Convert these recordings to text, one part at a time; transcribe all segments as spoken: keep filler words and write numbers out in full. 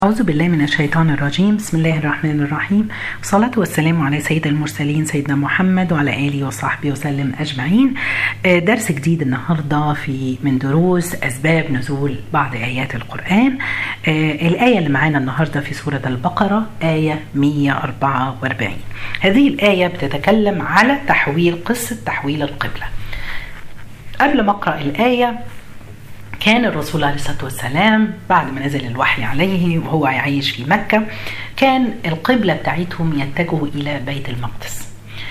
أعوذ بالله من الشيطان الرجيم. بسم الله الرحمن الرحيم، والصلاة والسلام على سيد المرسلين سيدنا محمد وعلى آله وصحبه وسلم أجمعين. درس جديد النهاردة في من دروس أسباب نزول بعض آيات القرآن. الآية اللي معانا النهاردة في سورة البقرة آية مئة وأربعة وأربعين. هذه الآية بتتكلم على تحويل قصة تحويل القبلة. قبل ما أقرأ الآية، كان الرسول عليه الصلاة والسلام بعد ما نزل الوحي عليه وهو يعيش في مكة، كان القبلة بتاعتهم يتجهوا إلى بيت المقدس.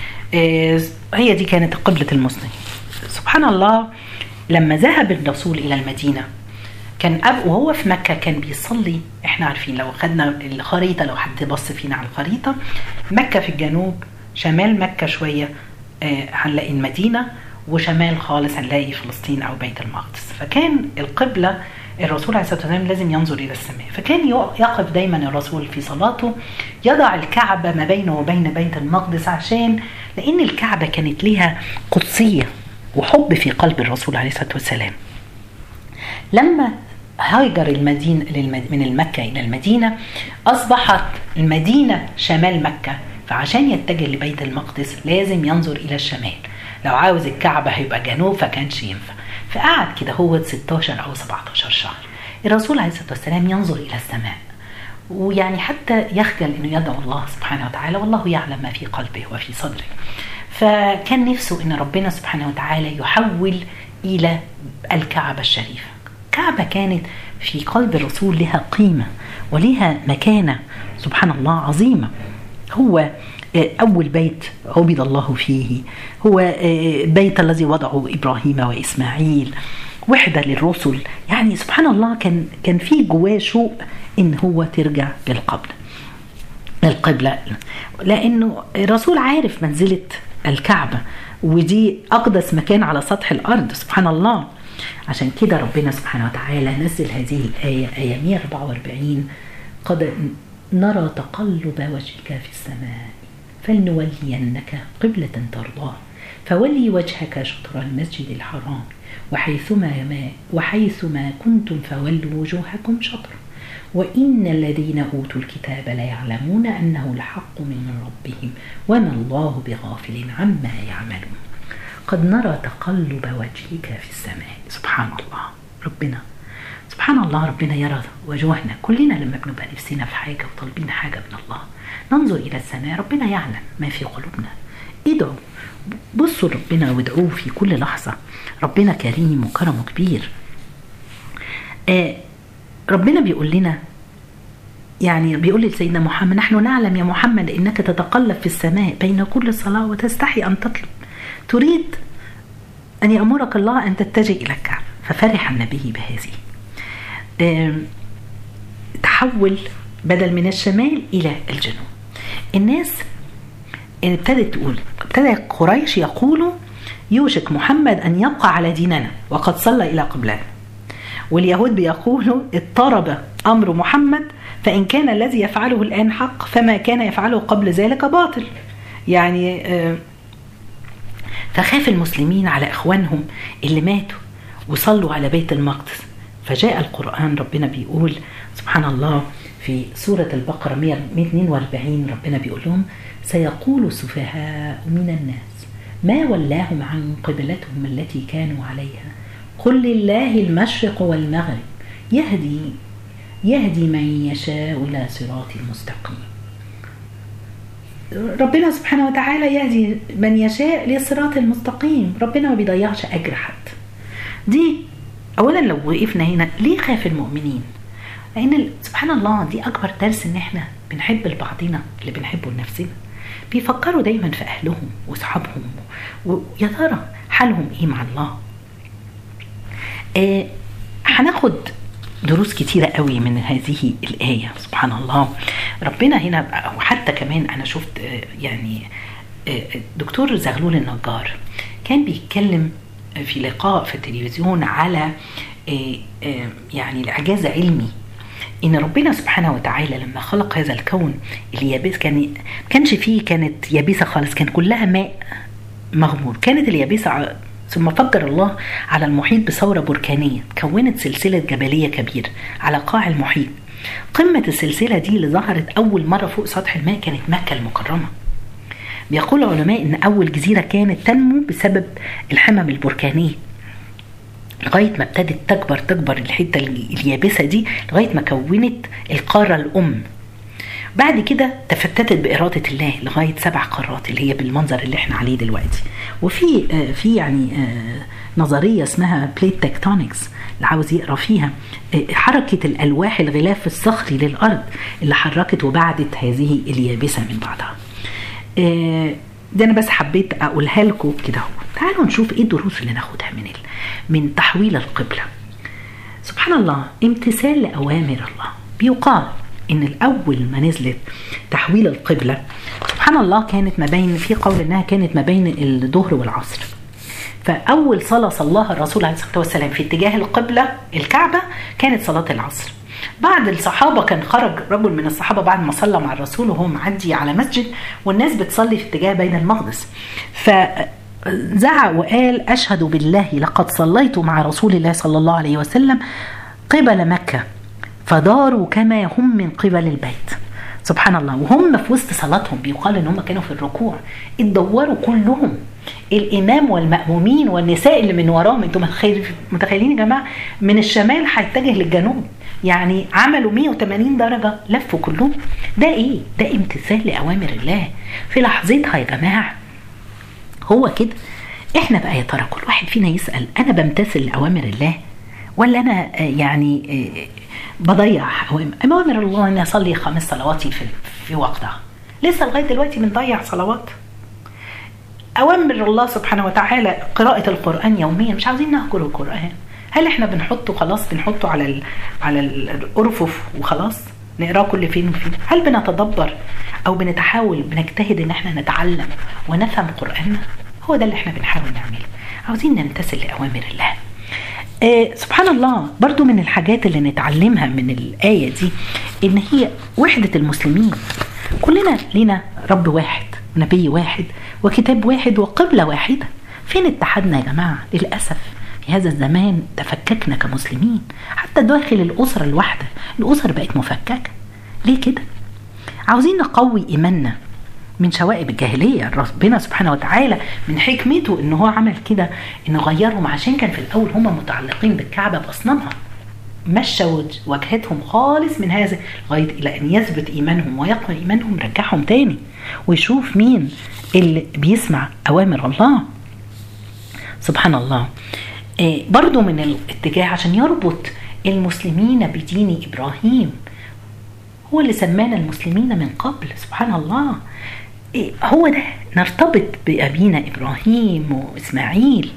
هي دي كانت قبلة المسلمين. سبحان الله، لما ذهب الرسول إلى المدينة كان أب وهو في مكة كان بيصلي. احنا عارفين لو خدنا الخريطة، لو حد بص فينا على الخريطة، مكة في الجنوب، شمال مكة شوية هنلاقي المدينة، وشمال خالص هنلاقي فلسطين أو بيت المقدس. فكان القبلة الرسول عليه الصلاة والسلام لازم ينظر إلى السماء، فكان يقف دايما الرسول في صلاته يضع الكعبة ما بينه وبين بيت المقدس، عشان لأن الكعبة كانت لها قدسية وحب في قلب الرسول عليه الصلاة والسلام. لما هاجر المدينة من المكة إلى المدينة، أصبحت المدينة شمال مكة، فعشان يتجه لبيت المقدس لازم ينظر إلى الشمال. لو عاوز الكعبة هيبقى جنوب فكانش ينفع. فقعد كده هو ستاشر أو سبعتاشر شهر الرسول عليه الصلاة والسلام ينظر إلى السماء، ويعني حتى يخجل إنه يدعو الله سبحانه وتعالى، والله يعلم ما في قلبه وفي صدره. فكان نفسه إن ربنا سبحانه وتعالى يحول إلى الكعبة الشريفة. الكعبة كانت في قلب الرسول لها قيمة ولها مكانة سبحان الله عظيمة. هو أول بيت عبد الله فيه، هو بيت الذي وضعه إبراهيم وإسماعيل، وحدة للرسل. يعني سبحان الله كان كان في جواه شوق إن هو ترجع للقبلة القبلة، لأنه الرسول عارف منزلة الكعبة، ودي أقدس مكان على سطح الأرض سبحان الله. عشان كده ربنا سبحانه وتعالى نزل هذه الآية، آية مئة وأربعة وأربعين: قد نرى تقلب وجهك في السماء فلنولينك قبلة ترضاها فولي وجهك شطر المسجد الحرام وحيثما ما وحيثما كنتم فولوا وجوهكم شطره وإن الذين أوتوا الكتاب ليعلمون أنه الحق من ربهم وما الله بغافل عما يعملون. قد نرى تقلب وجهك في السماء. سبحان الله، ربنا سبحان الله ربنا يرى وجوهنا. كلنا لما بنبقى نفسنا في حاجة وطالبين حاجة من الله ننظر إلى السماء، ربنا يعلم ما في قلوبنا. ادعوا، بصوا ربنا وادعوه في كل لحظة. ربنا كريم وكرمه كبير. آه ربنا بيقول لنا، يعني بيقول لسيدنا محمد: نحن نعلم يا محمد إنك تتقلب في السماء بين كل صلاة وتستحي أن تطلب، تريد أن يأمرك الله أن تتجه إلى الكعبة. ففرح النبي بهذه. آه تحول بدل من الشمال إلى الجنوب. الناس ابتدت تقول، ابتدى قريش يقولوا: يوشك محمد أن يبقى على ديننا وقد صلى إلى قبلنا. واليهود بيقولوا: اضطرب أمر محمد، فإن كان الذي يفعله الآن حق فما كان يفعله قبل ذلك باطل. يعني فخاف المسلمين على إخوانهم اللي ماتوا وصلوا على بيت المقدس. فجاء القرآن، ربنا بيقول سبحان الله في سورة البقرة مئة واثنين وأربعين، ربنا بيقول لهم: سيقول السفهاء من الناس ما ولاهم عن قبلتهم التي كانوا عليها قل لله المشرق والمغرب يهدي يهدي من يشاء إلى صراط مستقيم. ربنا سبحانه وتعالى يهدي من يشاء لصراط المستقيم. ربنا ما بيضيعش أجر حد. دي أولا لو وقفنا هنا، ليه خاف المؤمنين؟ لأن سبحان الله دي أكبر درس، إن إحنا بنحب لبعضنا اللي بنحبه لنفسنا. بيفكروا دايما في أهلهم وصحابهم، ويا ترى حالهم إيه مع الله. آه هناخد دروس كتيرة قوي من هذه الآية. سبحان الله ربنا هنا، وحتى كمان أنا شفت آه يعني آه دكتور زغلول النجار كان بيتكلم في لقاء في التلفزيون على آه آه يعني الإعجاز علمي، إن ربنا سبحانه وتعالى لما خلق هذا الكون اليابس، كان كانش فيه كانت يابسة خالص، كان كلها ماء مغمور. كانت اليابسة ثم فجر الله على المحيط بثورة بركانية كونت سلسلة جبلية كبيرة على قاع المحيط. قمة السلسلة دي اللي ظهرت أول مرة فوق سطح الماء كانت مكة المكرمة. بيقول العلماء إن أول جزيرة كانت تنمو بسبب الحمم البركانية، لغاية ما ابتدت تكبر تكبر الحتة اليابسة دي لغاية ما كونت القارة الأم. بعد كده تفتتت بإرادة الله لغاية سبع قارات اللي هي بالمنظر اللي احنا عليه دلوقتي. وفي آه في يعني آه نظرية اسمها بليت تكتونكس اللي عاوز يقرأ فيها آه حركة الألواح الغلاف الصخري للأرض اللي حركت وبعدت هذه اليابسة من بعضها. آه ده أنا بس حبيت أقولها لكم كده. تعالوا نشوف إيه الدروس اللي ناخدها من من تحويل القبلة. سبحان الله، امتثال لأوامر الله. بيقال إن الأول ما نزلت تحويل القبلة سبحان الله كانت ما بين، في قول إنها كانت ما بين الظهر والعصر. فأول صلاة صلاها الرسول عليه الصلاة والسلام في اتجاه القبلة الكعبة كانت صلاة العصر. بعد الصحابة كان خرج رجل من الصحابة بعد ما صلى مع الرسول وهو معدي على مسجد والناس بتصلي في اتجاه بين المقدس، فزعق وقال: أشهد بالله لقد صليت مع رسول الله صلى الله عليه وسلم قبل مكة فداروا كما هم من قبل البيت. سبحان الله. وهم في وسط صلاتهم بيقال ان هم كانوا في الركوع اتدوروا كلهم، الامام والمأمومين والنساء اللي من وراهم. انتم متخيلين يا جماعه؟ من الشمال هيتجه للجنوب، يعني عملوا مية وتمانين درجه لفوا كلهم. ده ايه؟ ده امتثال لاوامر الله في لحظتها يا جماعه. هو كده. احنا بقى يا ترى كل واحد فينا يسأل: انا بمتثل لاوامر الله ولا انا يعني بضيع أوامر الله أن أصلي خمس صلواتي في في وقتها؟ لسه لغاية دلوقتي بنضيع صلوات. أوامر الله سبحانه وتعالى قراءة القرآن يوميا، مش عاوزين نهجر القرآن. هل إحنا بنحطه خلاص بنحطه على ال على الأرفف وخلاص نقراه كل فين وفين؟ هل بنتدبر أو بنتحاول بنجتهد إن إحنا نتعلم ونفهم قرآننا؟ هو ده اللي إحنا بنحاول نعمله. عاوزين نمتثل لأوامر الله. آه سبحان الله. برضو من الحاجات اللي نتعلمها من الآية دي إن هي وحدة المسلمين. كلنا لنا رب واحد، نبي واحد، وكتاب واحد، وقبلة واحدة. فين اتحادنا يا جماعة؟ للأسف في هذا الزمان تفككنا كمسلمين، حتى داخل الأسرة الواحدة الأسر بقت مفككة. ليه كده؟ عاوزين نقوي إيماننا من شوائب الجاهلية. ربنا سبحانه وتعالى من حكمته إنه هو عمل كده، إنه غيرهم، عشان كان في الأول هم متعلقين بالكعبة بأصنامها، مشوا وجهتهم خالص من هذا لغاية إلى أن يثبت إيمانهم ويقوى إيمانهم، رجعهم تاني ويشوف مين اللي بيسمع أوامر الله. سبحان الله. إيه برضو من الاتجاه عشان يربط المسلمين بدين إبراهيم، هو اللي سمانا المسلمين من قبل. سبحان الله. إيه هو ده، نرتبط بأبينا إبراهيم وإسماعيل.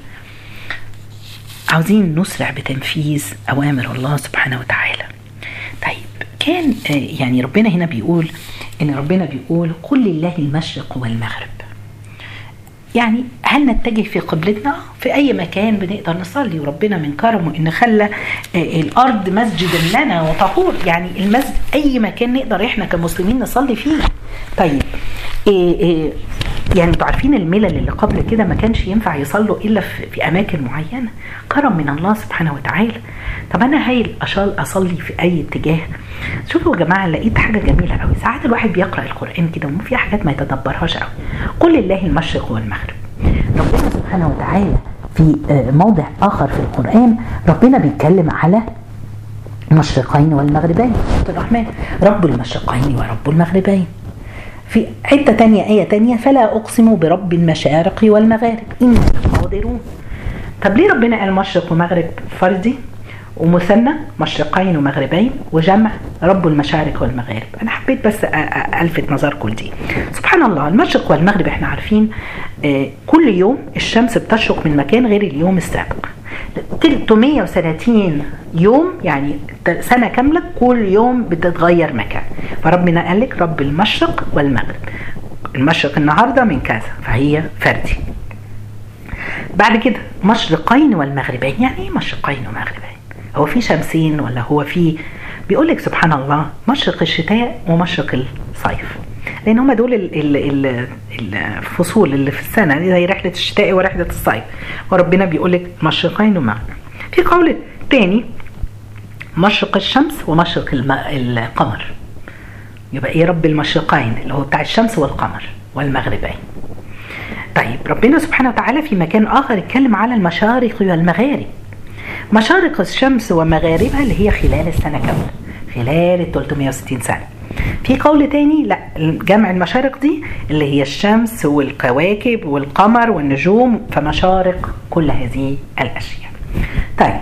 عاوزين نسرع بتنفيذ أوامر الله سبحانه وتعالى. طيب كان يعني ربنا هنا بيقول إن ربنا بيقول: قل لله المشرق والمغرب. يعني هل نتجه في قبلتنا؟ في أي مكان بنقدر نصلي، وربنا من كرمه إن خلى الأرض مسجدا لنا وطهور، يعني المسجد أي مكان نقدر إحنا كمسلمين نصلي فيه. طيب إيه إيه يعني انتوا عارفين الملل اللي قبل كده ما كانش ينفع يصلوا إلا في, في أماكن معينة، كرم من الله سبحانه وتعالى. طب أنا هاي أصلي في أي اتجاه؟ شوفوا يا جماعة، لقيت حاجة جميلة قوي. ساعات الواحد بيقرأ القرآن كده وفي حاجات ما يتدبرهاش قوي. قل لله المشرق والمغرب. ربنا سبحانه وتعالى في موضع آخر في القرآن ربنا بيتكلم على المشرقين والمغربين. الرحمن رب المشرقين ورب المغربين. في حتة تانية آية تانية: فلا أقسم برب المشارق والمغارب إننا قادرون. طب ليه ربنا قال مشرق ومغرب فردي ومثنى مشرقين ومغربين وجمع رب المشارق والمغارب؟ أنا حبيت بس ألفت نظركم دي. سبحان الله. المشرق والمغرب احنا عارفين كل يوم الشمس بتشرق من مكان غير اليوم السابق. ثلاثمية وثلاثين يوم يعني سنة كاملة كل يوم بتتغير مكان. فربنا قال لك رب المشرق والمغرب. المشرق النهاردة من كذا فهي فردي. بعد كده مشرقين والمغربين. يعني ايه مشرقين ومغربين؟ هو في شمسين ولا هو في؟ بيقول لك سبحان الله مشرق الشتاء ومشرق الصيف، لان هما دول الفصول اللي في السنة زي رحلة الشتاء ورحلة الصيف، وربنا بيقول لك مشرقين ومغرب. في قول تاني مشرق الشمس ومشرق القمر. يبقى ايه رب المشرقين اللي هو بتاع الشمس والقمر والمغربين. طيب ربنا سبحانه وتعالى في مكان آخر اتكلم على المشارق والمغارب. مشارق الشمس ومغاربها اللي هي خلال السنة كاملة، خلال ال ثلاثمائة وستين سنة. في قول تاني لا، جمع المشارق دي اللي هي الشمس والكواكب والقمر والنجوم، فمشارق كل هذه الأشياء. طيب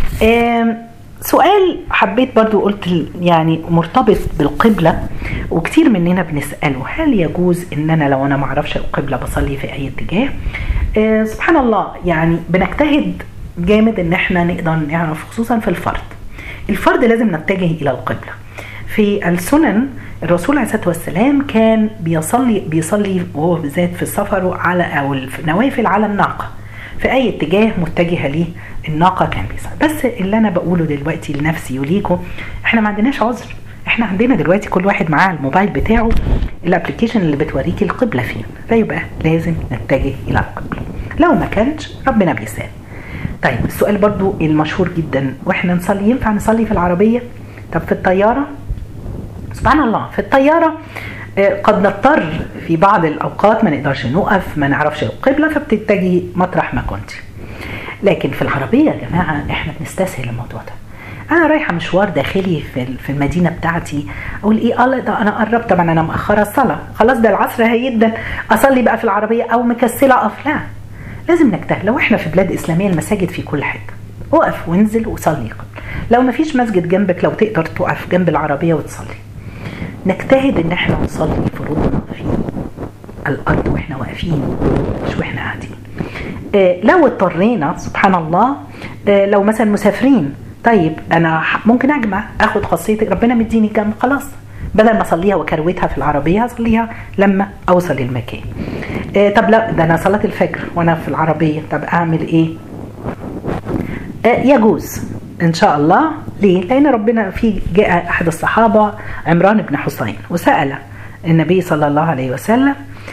سؤال حبيت برضو قلت يعني مرتبط بالقبلة، وكتير مننا بنسأله هل يجوز ان انا لو انا معرفش القبلة بصلي في اي اتجاه؟ آه سبحان الله، يعني بنجتهد جامد ان احنا نقدر نعرف، خصوصا في الفرض. الفرض لازم نتجه الى القبلة. في السنن الرسول عليه الصلاة والسلام كان بيصلي بيصلي وهو بالذات في السفر على او النوافل على الناقة، في اي اتجاه متجهه ليه الناقه كان بيصلي. بس اللي انا بقوله دلوقتي لنفسي وليكم، احنا ما عندناش عذر. احنا عندنا دلوقتي كل واحد معاه الموبايل بتاعه الابلكيشن اللي بتوريكي القبله فين، فيبقى لازم نتجه الى القبله. لو ما كانش ربنا بيساعد. طيب السؤال برضو المشهور جدا، واحنا نصلي ينفع نصلي في العربيه؟ طب في الطياره؟ سبحان الله، في الطياره قد نضطر في بعض الأوقات ما نقدرش نقف، ما نعرفش القبلة، فبتتجي مطرح ما كنت. لكن في العربية يا جماعة احنا بنستسهل الموضوع ده. أنا رايحة مشوار داخلي في المدينة بتاعتي، أقول إيه الله ده أنا قربت، طبعا أنا مأخرة الصلاة، خلاص ده العصر هيدا أصلي بقى في العربية، أو مكسلة أقف. لا، لازم نجتهد. لو احنا في بلاد إسلامية المساجد في كل حتة، وقف وانزل وصلي. لو ما فيش مسجد جنبك لو تقدر تقف جنب العربية وتصلي. نجتهد ان احنا نصلي فروضنا في الارض واحنا واقفين مش واحنا قاعدين. اه لو اضطرينا سبحان الله، اه لو مثلا مسافرين، طيب انا ممكن اجمع، اخد خاصيه ربنا مديني جنب، خلاص بدل ما اصليها وكروتها في العربيه اصليها لما اوصل المكان. اه طب لا ده انا صلاه الفجر وانا في العربيه، طب اعمل ايه؟ اه يجوز ان شاء الله. ليه؟ لان ربنا في جاء احد الصحابه عمران بن حسين وسال النبي صلى الله عليه وسلم،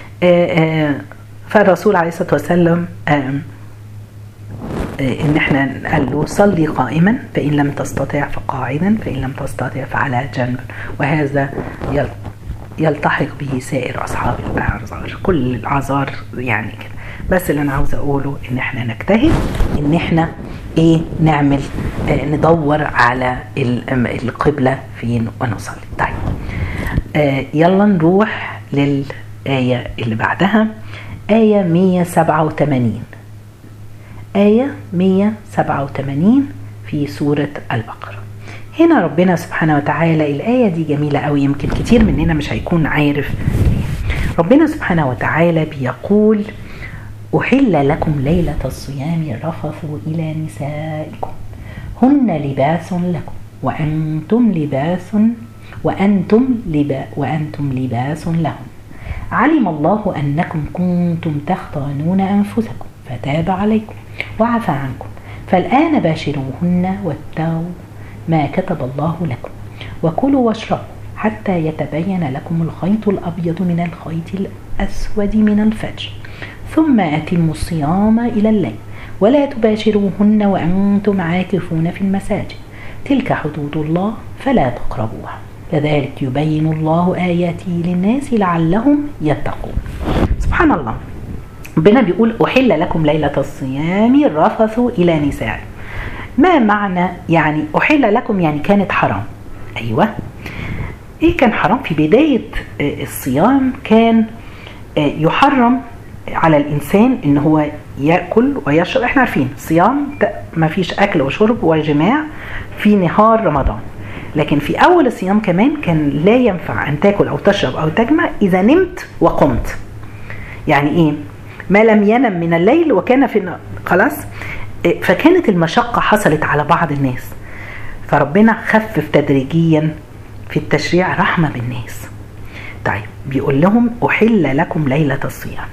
فالرسول عليه الصلاه والسلام ان احنا قال له صلي قائما، فان لم تستطع فقاعدا، فان لم تستطع فعلى جنب. وهذا يلتحق به سائر اصحاب الاعذار، كل الاعذار يعني كده. بس اللي انا عاوزه اقوله ان احنا نجتهد ان احنا ايه نعمل، آه ندور على القبلة فين ونصلي. طيب آه يلا نروح للآية اللي بعدها، آية مية وسبعة وثمانين. آية مية وسبعة وثمانين في سورة البقرة. هنا ربنا سبحانه وتعالى، الآية دي جميلة قوي، يمكن كتير مننا مش هيكون عارف. ربنا سبحانه وتعالى بيقول أحل لكم ليلة الصيام الرفث إلى نسائكم هن لباس لكم وأنتم لباس وأنتم لبا وأنتم لباس لهم علم الله أنكم كنتم تختانون أنفسكم فتاب عليكم وعفى عنكم فالآن باشروهن واتقوا ما كتب الله لكم وكلوا واشربوا حتى يتبين لكم الخيط الأبيض من الخيط الأسود من الفجر ثم أتموا الصيام إلى الليل ولا تباشروهن وأنتم عاكفون في المساجد تلك حدود الله فلا تقربوها كذلك يبين الله آياته للناس لعلهم يتقون. سبحان الله، ربنا بيقول أحل لكم ليلة الصيام الرفث إلى نساء. ما معنى يعني أحل لكم؟ يعني كانت حرام. أيوة، إيه كان حرام؟ في بداية الصيام كان يحرم على الإنسان إن هو يأكل ويشرب. إحنا عارفين الصيام ما فيش أكل وشرب وجماع في نهار رمضان، لكن في أول الصيام كمان كان لا ينفع أن تأكل أو تشرب أو تجمع إذا نمت وقمت. يعني إيه؟ ما لم ينم من الليل وكان في خلاص. فكانت المشقة حصلت على بعض الناس، فربنا خفف تدريجيا في التشريع رحمة بالناس. طيب بيقول لهم أحل لكم ليلة الصيام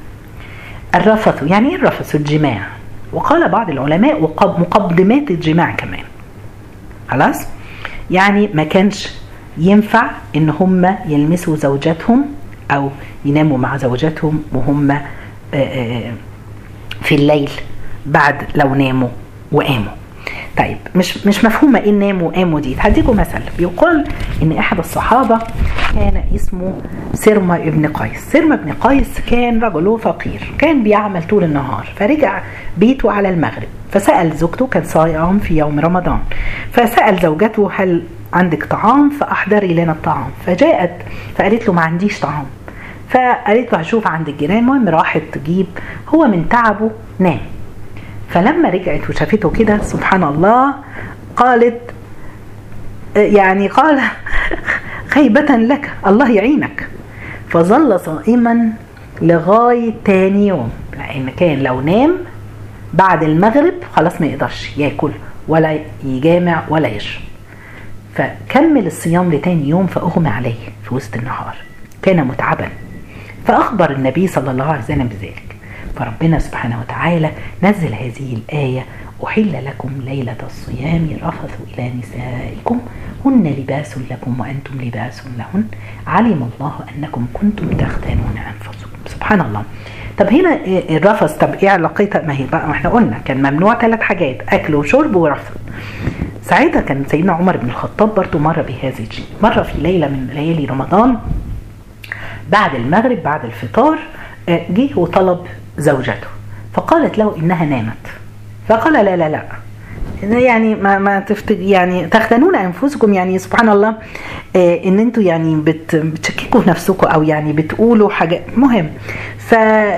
الرفث. يعني ايه الرفث؟ الجماع. وقال بعض العلماء مقدمات الجماع كمان. خلاص، يعني ما كانش ينفع ان هم يلمسوا زوجاتهم او يناموا مع زوجاتهم وهم في الليل بعد لو ناموا وقاموا. طيب مش مش مفهومه ايه ناموا وقاموا دي. هديكم مثل. بيقال ان احد الصحابه كان اسمه سرمة ابن قيس. سرمة ابن قيس كان رجل فقير، كان بيعمل طول النهار، فرجع بيته على المغرب، فسأل زوجته، كان صائم في يوم رمضان، فسأل زوجته هل عندك طعام؟ فأحضري لنا الطعام. فجاءت فقالت له ما عنديش طعام. فقالت له هشوف عند الجيران. المهم راحت تجيب، هو من تعبه نام. فلما رجعت وشافته كده سبحان الله قالت يعني قال خيبة لك الله يعينك. فظل صائما لغاية تاني يوم، لأن كان لو نام بعد المغرب خلاص ما يقدرش ياكل ولا يجامع ولا يشرب، فكمل الصيام لتاني يوم فأغمى عليه في وسط النهار، كان متعبا. فأخبر النبي صلى الله عليه وسلم بذلك، فربنا سبحانه وتعالى نزل هذه الآية: أحل لكم ليلة الصيام رفث إلى نسائكم هن لباس لكم وأنتم لباس لهن علم الله أنكم كنتم تختانون أنفسكم. سبحان الله. طب هنا الرفث، طب ايه علاقتها؟ ما هي بقى ما احنا قلنا كان ممنوع ثلاث حاجات: أكل وشرب ورفث. ساعتها كان سيدنا عمر بن الخطاب برضو مر بهذا الشيء، مر في ليلة من ليالي رمضان بعد المغرب بعد الفطار، جه وطلب زوجته، فقالت له إنها نامت، فقال لا لا لا يعني ما ما تفت يعني تختنون انفسكم، يعني سبحان الله آه ان انتوا يعني بت بتشككوا في نفسكم او يعني بتقولوا حاجه مهم. ف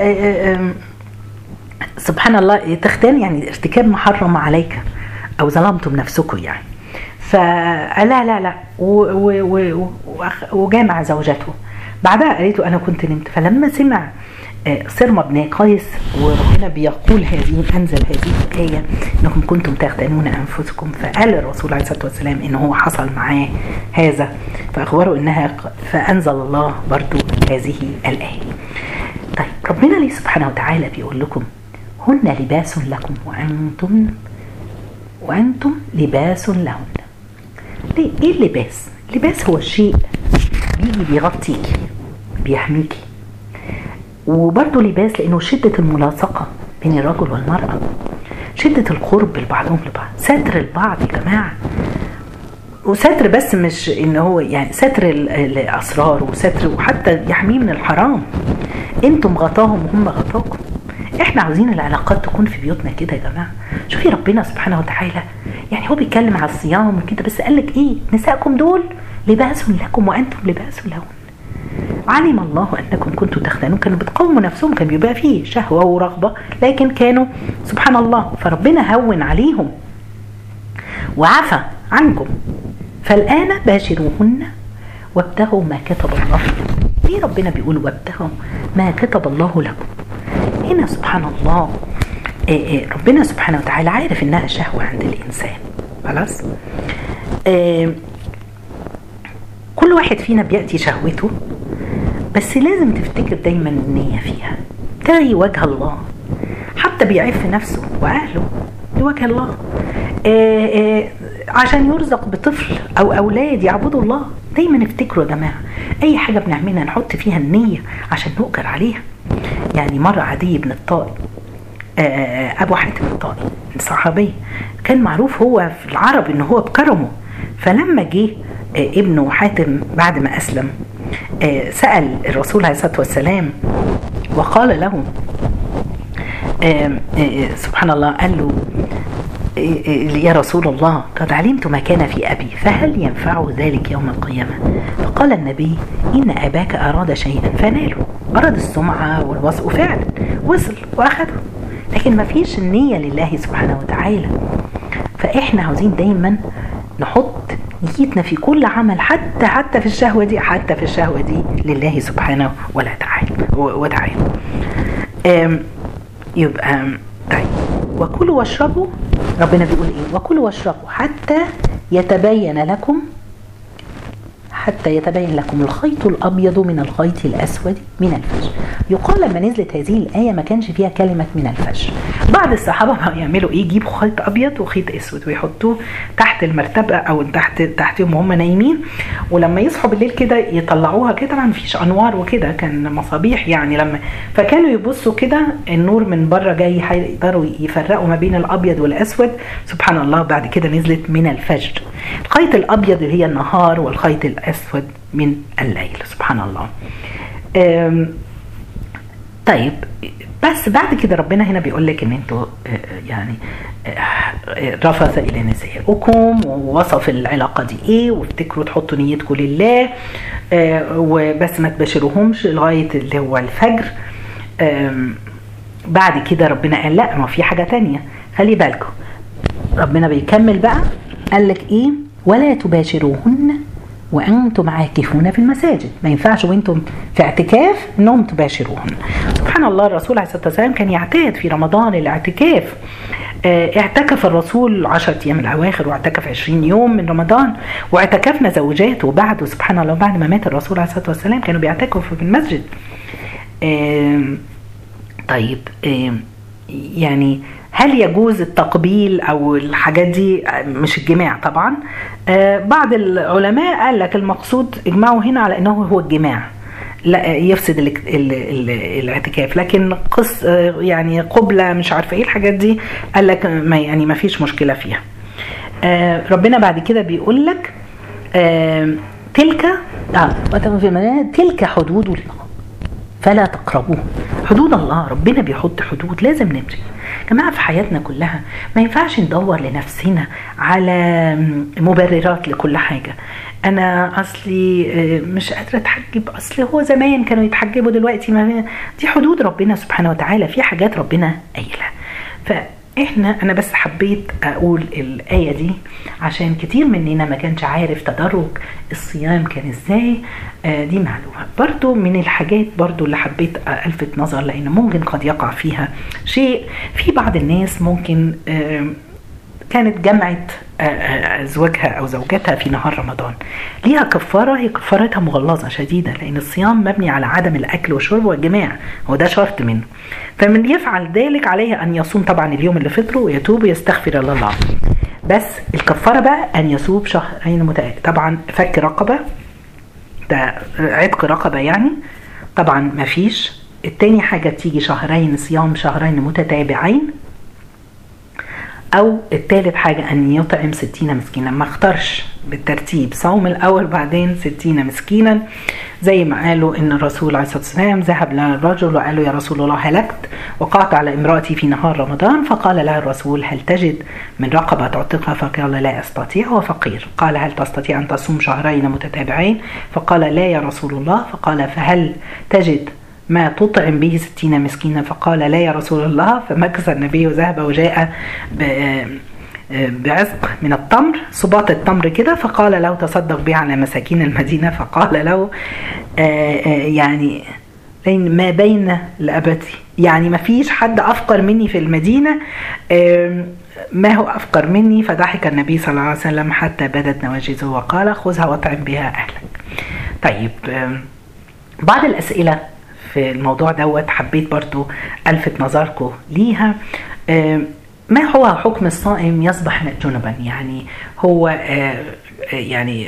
سبحان الله تختان يعني ارتكاب محرم عليك او ظلمتم نفسكم يعني. فلا لا لا وجامع زوجته. بعدها قالت له انا كنت نمت. فلما سمع سرمة بن قيس وربنا بيقول هذه أنزل هذه الآية إنكم كنتم تختانون أنفسكم، فقال الرسول عليه الصلاة والسلام إنه هو حصل معاه هذا، فأخبره إنها فأنزل الله برضو هذه الآية. طيب ربنا ليه سبحانه وتعالى بيقول لكم هن لباس لكم وأنتم وأنتم لباس لهن. ليه؟ إيه اللباس؟ اللباس هو الشيء بيجي بيغطيكي بيحميكي، وبرضه لباس لأنه شدة الملاصقة بين الرجل والمرأة، شدة القرب لبعضهم لبعض، ستر البعض يا جماعة. وستر بس مش إن هو يعني ستر الأسرار، وستر وحتى يحميه من الحرام. انتم غطاهم وهم غطاكم. احنا عاوزين العلاقات تكون في بيوتنا كده يا جماعة. شوفي ربنا سبحانه وتعالى يعني هو بيتكلم على الصيام وكده، بس قالك ايه؟ نساءكم دول لباس لكم وأنتم لباس لهم. علم الله أنكم كنتم تختانون، كانوا بتقوموا نفسهم، كان بيبقى فيه شهوة ورغبة، لكن كانوا سبحان الله فربنا هون عليهم وعفى عنكم. فالآن باشروهن وابتغوا ما كتب الله لكم. ليه ربنا بيقول وابتغوا ما كتب الله لكم؟ هنا سبحان الله ربنا سبحانه وتعالى عارف إنها شهوة عند الإنسان، خلاص. كل واحد فينا بيأتي شهوته، بس لازم تفتكر دايما النية فيها، تغي وجه الله، حتى بيعف نفسه وأهله لوجه الله، آآ آآ عشان يرزق بطفل أو أولاد يعبدوا الله. دايما افتكروا يا جماعة أي حاجة بنعملها نحط فيها النية عشان نؤجر عليها. يعني مرة عدي بن الطائي أبو حاتم الطائي صحابي، كان معروف هو في العرب إنه هو بكرمه. فلما جه ابنه حاتم بعد ما أسلم سأل الرسول عليه الصلاة والسلام وقال له سبحان الله، قال له يا رسول الله قد علمت ما كان في أبي فهل ينفع ذلك يوم القيامة؟ فقال النبي إن أباك أراد شيئا فناله، أراد السمعة والوصف فعلا وصل وأخذه، لكن ما فيش النية لله سبحانه وتعالى. فإحنا عاوزين دايما نحط نيتنا في كل عمل، حتى حتى في الشهوة دي حتى في الشهوة دي لله سبحانه وتعالى. يبقى طيب وكلوا واشربوا، ربنا بيقول ايه؟ وكلوا واشربوا حتى يتبين لكم حتى يتبين لكم الخيط الأبيض من الخيط الأسود من الفجر. يقال لما نزلت هذه الآية ما كانش فيها كلمة من الفجر. بعض الصحابة بقوا يعملوا إيه؟ يجيبوا خيط أبيض وخيط أسود ويحطوه تحت المرتبة أو تحت تحتهم وهم نايمين، ولما يصحوا بالليل كده يطلعوها كده. طبعا مفيش أنوار وكده، كان مصابيح يعني. لما فكانوا يبصوا كده النور من بره جاي، يقدروا يفرقوا ما بين الأبيض والأسود. سبحان الله. بعد كده نزلت من الفجر. الخيط الأبيض اللي هي النهار، والخيط الأسود من الليل. سبحان الله. طيب بس بعد كده ربنا هنا بيقول لك ان انتوا يعني رفث الى نسائكم، ووصف العلاقه دي ايه، وافتكروا تحطوا نيتكم لله وبس ما تباشروهمش لغايه اللي هو الفجر. بعد كده ربنا قال لا، ما في حاجه تانية، خلي بالكم. ربنا بيكمل بقى، قال لك ايه؟ ولا تباشروهن وأنتم عاكفون في المساجد. ما ينفعش وانتم في اعتكاف انهم تباشروهن. سبحان الله. الرسول عليه الصلاة والسلام كان يعتاد في رمضان الاعتكاف. اه اعتكف الرسول عشرة ايام الاواخر، واعتكف عشرين يوم من رمضان، واعتكفنا زوجاته بعده. سبحان الله. بعد ما مات الرسول عليه الصلاة والسلام كانوا بيعتكفوا في المسجد. اه طيب اه يعني هل يجوز التقبيل او الحاجات دي؟ مش الجماع طبعا. آه بعض العلماء قال لك المقصود اجمعوا هنا على انه هو الجماع، لا يفسد ال ال ال الاعتكاف. لكن قص آه يعني قبلة مش عارفه ايه الحاجات دي، قال لك ما يعني ما فيش مشكله فيها. آه ربنا بعد كده بيقول لك آه تلك اه تلك حدود الله فلا تقربوه. حدود الله، ربنا بيحط حدود، لازم نمشي. جماعة في حياتنا كلها ما ينفعش ندور لنفسنا على مبررات لكل حاجة. أنا أصلي مش قادرة أتحجب، أصلي هو زمان كانوا يتحجبوا دلوقتي ما. دي حدود ربنا سبحانه وتعالى، في حاجات ربنا قايلها. فإحنا أنا بس حبيت أقول الآية دي عشان كتير مننا ما كانش عارف تدرج الصيام كان إزاي. دي معلومة. برضو من الحاجات برضو اللي حبيت ألفت نظر، لأن ممكن قد يقع فيها شيء. في بعض الناس ممكن كانت جمعت زوجها أو زوجتها في نهار رمضان، ليها كفارة، هي كفارتها مغلظة شديدة، لأن الصيام مبني على عدم الأكل والشرب والجماع، وده شرط منه. فمن يفعل ذلك عليه أن يصوم طبعا اليوم اللي فطره ويتوب ويستغفر الله. بس الكفارة بقى أن يصوم شهرين متتابعين. طبعا فك رقبة، ده عتق رقبة يعني، طبعا ما فيش. التاني حاجة تيجي شهرين صيام، شهرين متتابعين. او التالت حاجة ان يطعم ستين مسكينا. ما اختارش بالترتيب، صوم الاول بعدين ستين مسكينا، زي ما قالوا ان الرسول عليه الصلاة والسلام ذهب للرجل وقال له يا رسول الله هلكت وقعت على امرأتي في نهار رمضان، فقال له الرسول هل تجد من رقبة تعتقها؟ فقال لا استطيع وفقير. قال هل تستطيع ان تصوم شهرين متتابعين؟ فقال لا يا رسول الله. فقال فهل تجد ما تطعم به ستين مسكينا؟ فقال لا يا رسول الله. فمكث النبي وذهب وجاء بعزق من التمر، صباط التمر كده، فقال له تصدق به على مساكين المدينة. فقال له يعني ما بين لأبتي، يعني ما فيش حد أفقر مني في المدينة، ما هو أفقر مني. فضحك النبي صلى الله عليه وسلم حتى بدت نواجذه وقال خذها واطعم بها أهلك. طيب بعض الأسئلة في الموضوع دوت حبيت برضو ألفت نظركم ليها. ما هو حكم الصائم يصبح جنبا؟ يعني هو يعني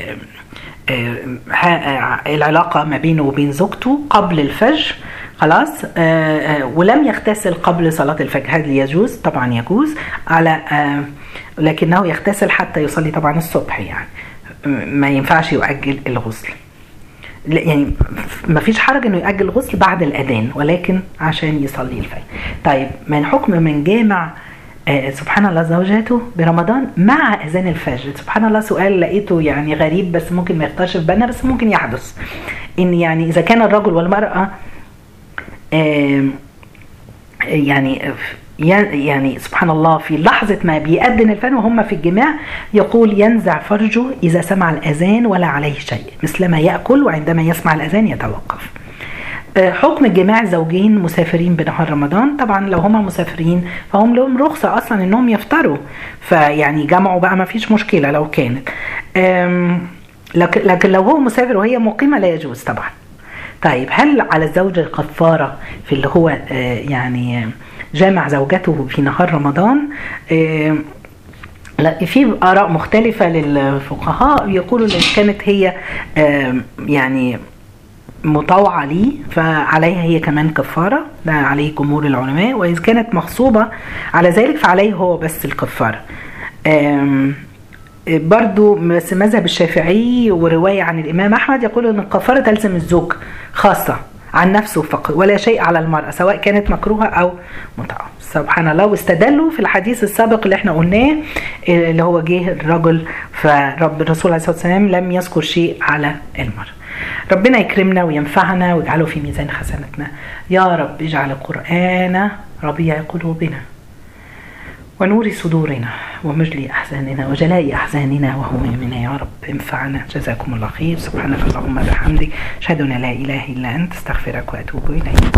العلاقة ما بينه وبين زوجته قبل الفجر خلاص، ولم يغتسل قبل صلاة الفجر، هل يجوز؟ طبعا يجوز، على لكنه يغتسل حتى يصلي طبعا الصبح، يعني ما ينفعش يؤجل الغسل. يعني ما فيش حرج انه يأجل الغسل بعد الأذان، ولكن عشان يصلي الفجر. طيب من حكم من جامع آه سبحان الله زوجاته برمضان مع أذان الفجر؟ سبحان الله، سؤال لقيته يعني غريب، بس ممكن ما يختارش في بالنا، بس ممكن يحدث ان يعني اذا كان الرجل والمرأة آه يعني يعني سبحان الله في لحظة ما بيأذن الفجر وهم في الجماع يقول ينزع فرجه إذا سمع الأذان ولا عليه شيء، مثلما يأكل وعندما يسمع الأذان يتوقف. حكم الجماع الزوجين مسافرين بنهار رمضان، طبعا لو هما مسافرين فهم لهم رخصة أصلا إنهم يفطروا، فيعني جمعوا بقى ما فيش مشكلة لو كانت، لكن لو هو مسافر وهي مقيمة لا يجوز طبعا. طيب هل على الزوج كفارة في اللي هو يعني جامع زوجته في نهار رمضان؟ لا، في آراء مختلفة للفقهاء. يقولوا لو كانت هي يعني مطوعة لي فعليها هي كمان كفارة، ده عليه جمهور العلماء. وإذا كانت مغصوبة على ذلك فعليه هو بس الكفارة. برضو مذهب الشافعي ورواية عن الإمام أحمد يقول أن الكفارة تلزم الزوج خاصة عن نفسه فقط، ولا شيء على المرأة سواء كانت مكروهة أو متعة. سبحان الله. واستدلوا في الحديث السابق اللي احنا قلناه اللي هو جه الرجل فرب الرسول عليه الصلاة والسلام لم يذكر شيء على المرأة. ربنا يكرمنا وينفعنا ويجعله في ميزان حسناتنا يا رب. اجعل القرآن ربيع قلوبنا ونور صدورنا ومجلي أحزاننا وجلاء أحزاننا وهمومنا يا رب. انفعنا. جزاكم الله خير. سبحانك اللهم وبحمدك أشهد أن لا إله إلا أنت استغفرك وأتوب إليك.